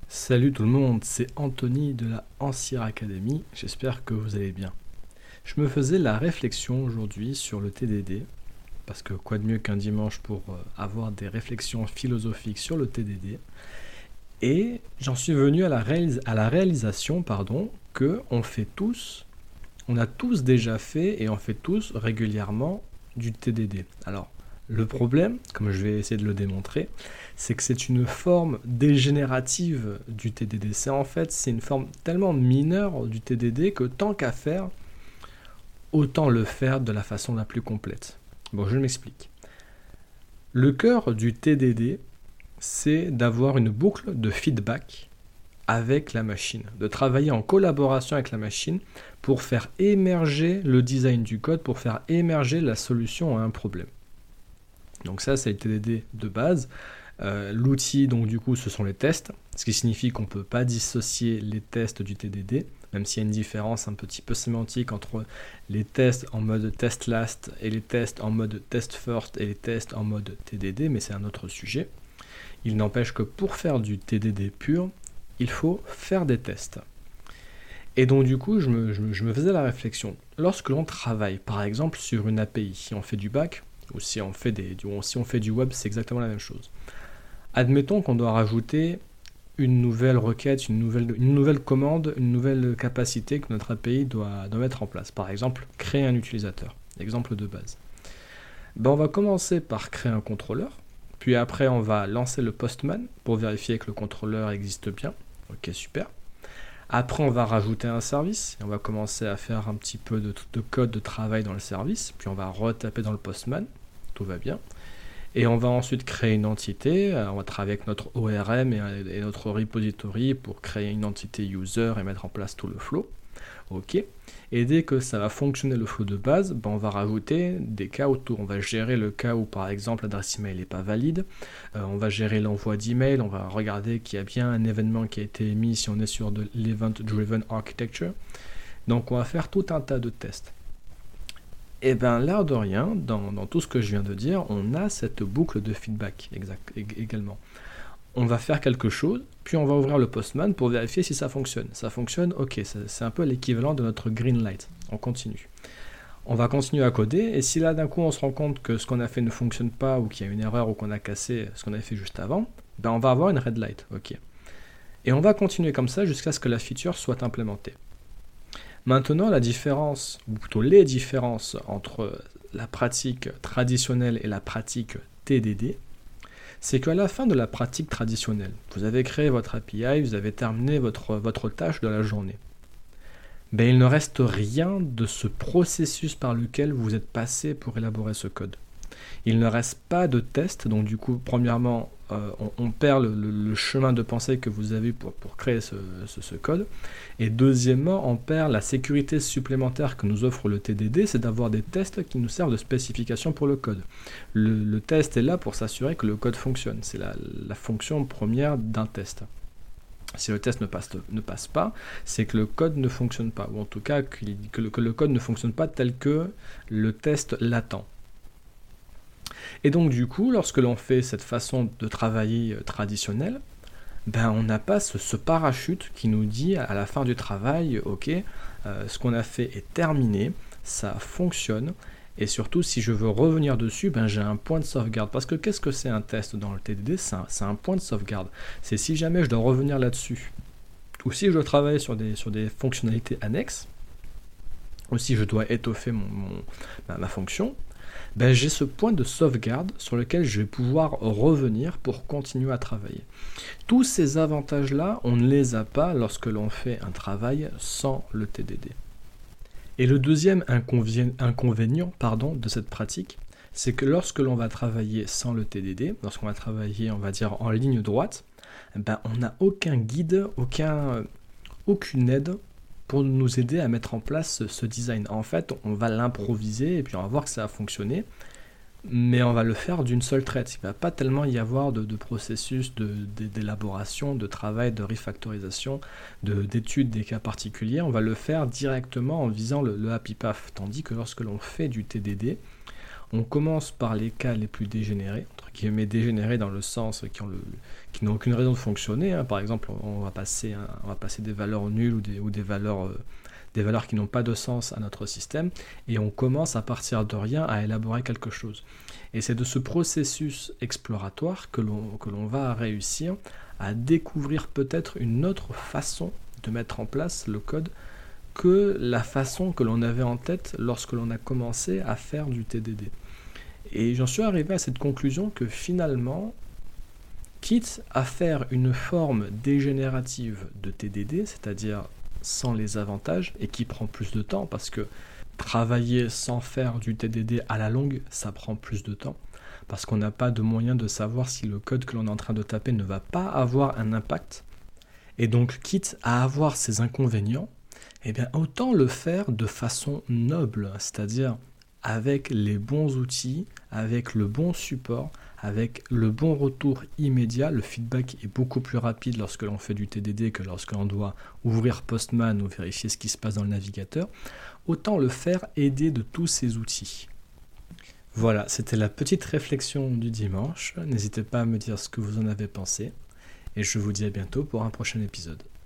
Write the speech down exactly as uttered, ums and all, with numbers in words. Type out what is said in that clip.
Salut tout le monde, c'est Anthony de la Ancire Academy, j'espère que vous allez bien. Je me faisais la réflexion aujourd'hui sur le T D D, parce que quoi de mieux qu'un dimanche pour euh, avoir des réflexions philosophiques sur le T D D, et j'en suis venu à la, réalis- à la réalisation pardon, que on fait tous, on a tous déjà fait et on fait tous régulièrement du T D D. Alors, le problème, comme je vais essayer de le démontrer, c'est que c'est une forme dégénérative du T D D. C'est en fait, c'est une forme tellement mineure du T D D que tant qu'à faire, autant le faire de la façon la plus complète. Bon, je m'explique. Le cœur du T D D, c'est d'avoir une boucle de feedback avec la machine, de travailler en collaboration avec la machine pour faire émerger le design du code, pour faire émerger la solution à un problème. Donc ça, c'est le T D D de base. Euh, l'outil, donc du coup, ce sont les tests, ce qui signifie qu'on ne peut pas dissocier les tests du T D D, même s'il y a une différence un petit peu sémantique entre les tests en mode test last et les tests en mode test first et les tests en mode T D D, mais c'est un autre sujet. Il n'empêche que pour faire du T D D pur, il faut faire des tests. Et donc du coup, je me, je me, je me faisais la réflexion. Lorsque l'on travaille, par exemple, sur une A P I, si on fait du back, ou si on fait, des, si on fait du web, c'est exactement la même chose. Admettons qu'on doit rajouter une nouvelle requête, une nouvelle, une nouvelle commande, une nouvelle capacité que notre A P I doit, doit mettre en place. Par exemple, créer un utilisateur. Exemple de base. Ben, on va commencer par créer un contrôleur, puis après on va lancer le postman pour vérifier que le contrôleur existe bien. Ok, super. Après, on va rajouter un service, et on va commencer à faire un petit peu de, de code de travail dans le service, puis on va retaper dans le postman, tout va bien. Et on va ensuite créer une entité, on va travailler avec notre O R M et, et notre repository pour créer une entité user et mettre en place tout le flow. Ok. Et dès que ça va fonctionner le flow de base, ben on va rajouter des cas autour. On va gérer le cas où par exemple l'adresse email n'est pas valide. Euh, on va gérer l'envoi d'email. On va regarder qu'il y a bien un événement qui a été émis si on est sur de l'event driven architecture. Donc on va faire tout un tas de tests. Et bien l'air de rien, dans, dans tout ce que je viens de dire, on a cette boucle de feedback exact, également. On va faire quelque chose, puis on va ouvrir le postman pour vérifier si ça fonctionne. Ça fonctionne, ok, c'est un peu l'équivalent de notre green light. On continue. On va continuer à coder, et si là d'un coup on se rend compte que ce qu'on a fait ne fonctionne pas, ou qu'il y a une erreur, ou qu'on a cassé ce qu'on avait fait juste avant, ben on va avoir une red light, ok. Et on va continuer comme ça jusqu'à ce que la feature soit implémentée. Maintenant, la différence, ou plutôt les différences entre la pratique traditionnelle et la pratique T D D, c'est qu'à la fin de la pratique traditionnelle, vous avez créé votre A P I, vous avez terminé votre, votre tâche de la journée. Ben, il ne reste rien de ce processus par lequel vous êtes passé pour élaborer ce code. Il ne reste pas de test, donc du coup, premièrement, euh, on, on perd le, le, le chemin de pensée que vous avez pour, pour créer ce, ce, ce code. Et deuxièmement, on perd la sécurité supplémentaire que nous offre le T D D, c'est d'avoir des tests qui nous servent de spécification pour le code. Le, le test est là pour s'assurer que le code fonctionne. C'est la, la fonction première d'un test. Si le test ne passe, ne passe pas, c'est que le code ne fonctionne pas, ou en tout cas que le, que le code ne fonctionne pas tel que le test l'attend. Et donc du coup, lorsque l'on fait cette façon de travailler traditionnelle, ben, on n'a pas ce, ce parachute qui nous dit à la fin du travail, ok, euh, ce qu'on a fait est terminé, ça fonctionne, et surtout si je veux revenir dessus, ben, j'ai un point de sauvegarde. Parce que qu'est-ce que c'est un test dans le T D D? C'est un, c'est un point de sauvegarde. C'est si jamais je dois revenir là-dessus, ou si je dois travailler sur des, sur des fonctionnalités annexes, ou si je dois étoffer mon, mon, ma, ma fonction, ben, j'ai ce point de sauvegarde sur lequel je vais pouvoir revenir pour continuer à travailler. Tous ces avantages-là, on ne les a pas lorsque l'on fait un travail sans le T D D. Et le deuxième inconvénient, inconvénient pardon, de cette pratique, c'est que lorsque l'on va travailler sans le T D D, lorsqu'on va travailler, on va dire, en ligne droite, ben, on n'a aucun guide, aucun, aucune aide pour nous aider à mettre en place ce, ce design. En fait, on va l'improviser et puis on va voir que ça a fonctionné, mais on va le faire d'une seule traite. Il ne va pas tellement y avoir de, de processus de, de, d'élaboration, de travail, de refactorisation, de, d'études des cas particuliers. On va le faire directement en visant le, le happy path, tandis que lorsque l'on fait du T D D, On commence par les cas les plus dégénérés, entre guillemets dégénérés dans le sens qui, ont le, qui n'ont aucune raison de fonctionner. Hein. Par exemple, on va passer, un, on va passer des valeurs nulles ou des, ou des valeurs... Euh, des valeurs qui n'ont pas de sens à notre système, et on commence à partir de rien à élaborer quelque chose. Et c'est de ce processus exploratoire que l'on, que l'on va réussir à découvrir peut-être une autre façon de mettre en place le code que la façon que l'on avait en tête lorsque l'on a commencé à faire du T D D. Et j'en suis arrivé à cette conclusion que finalement, quitte à faire une forme dégénérative de T D D, c'est-à-dire sans les avantages, et qui prend plus de temps, parce que travailler sans faire du T D D à la longue, ça prend plus de temps, parce qu'on n'a pas de moyen de savoir si le code que l'on est en train de taper ne va pas avoir un impact, et donc quitte à avoir ces inconvénients, eh bien autant le faire de façon noble, c'est-à-dire avec les bons outils, avec le bon support, avec le bon retour immédiat. Le feedback est beaucoup plus rapide lorsque l'on fait du T D D que lorsque l'on doit ouvrir Postman ou vérifier ce qui se passe dans le navigateur. Autant le faire aider de tous ces outils. Voilà, c'était la petite réflexion du dimanche. N'hésitez pas à me dire ce que vous en avez pensé. Et je vous dis à bientôt pour un prochain épisode.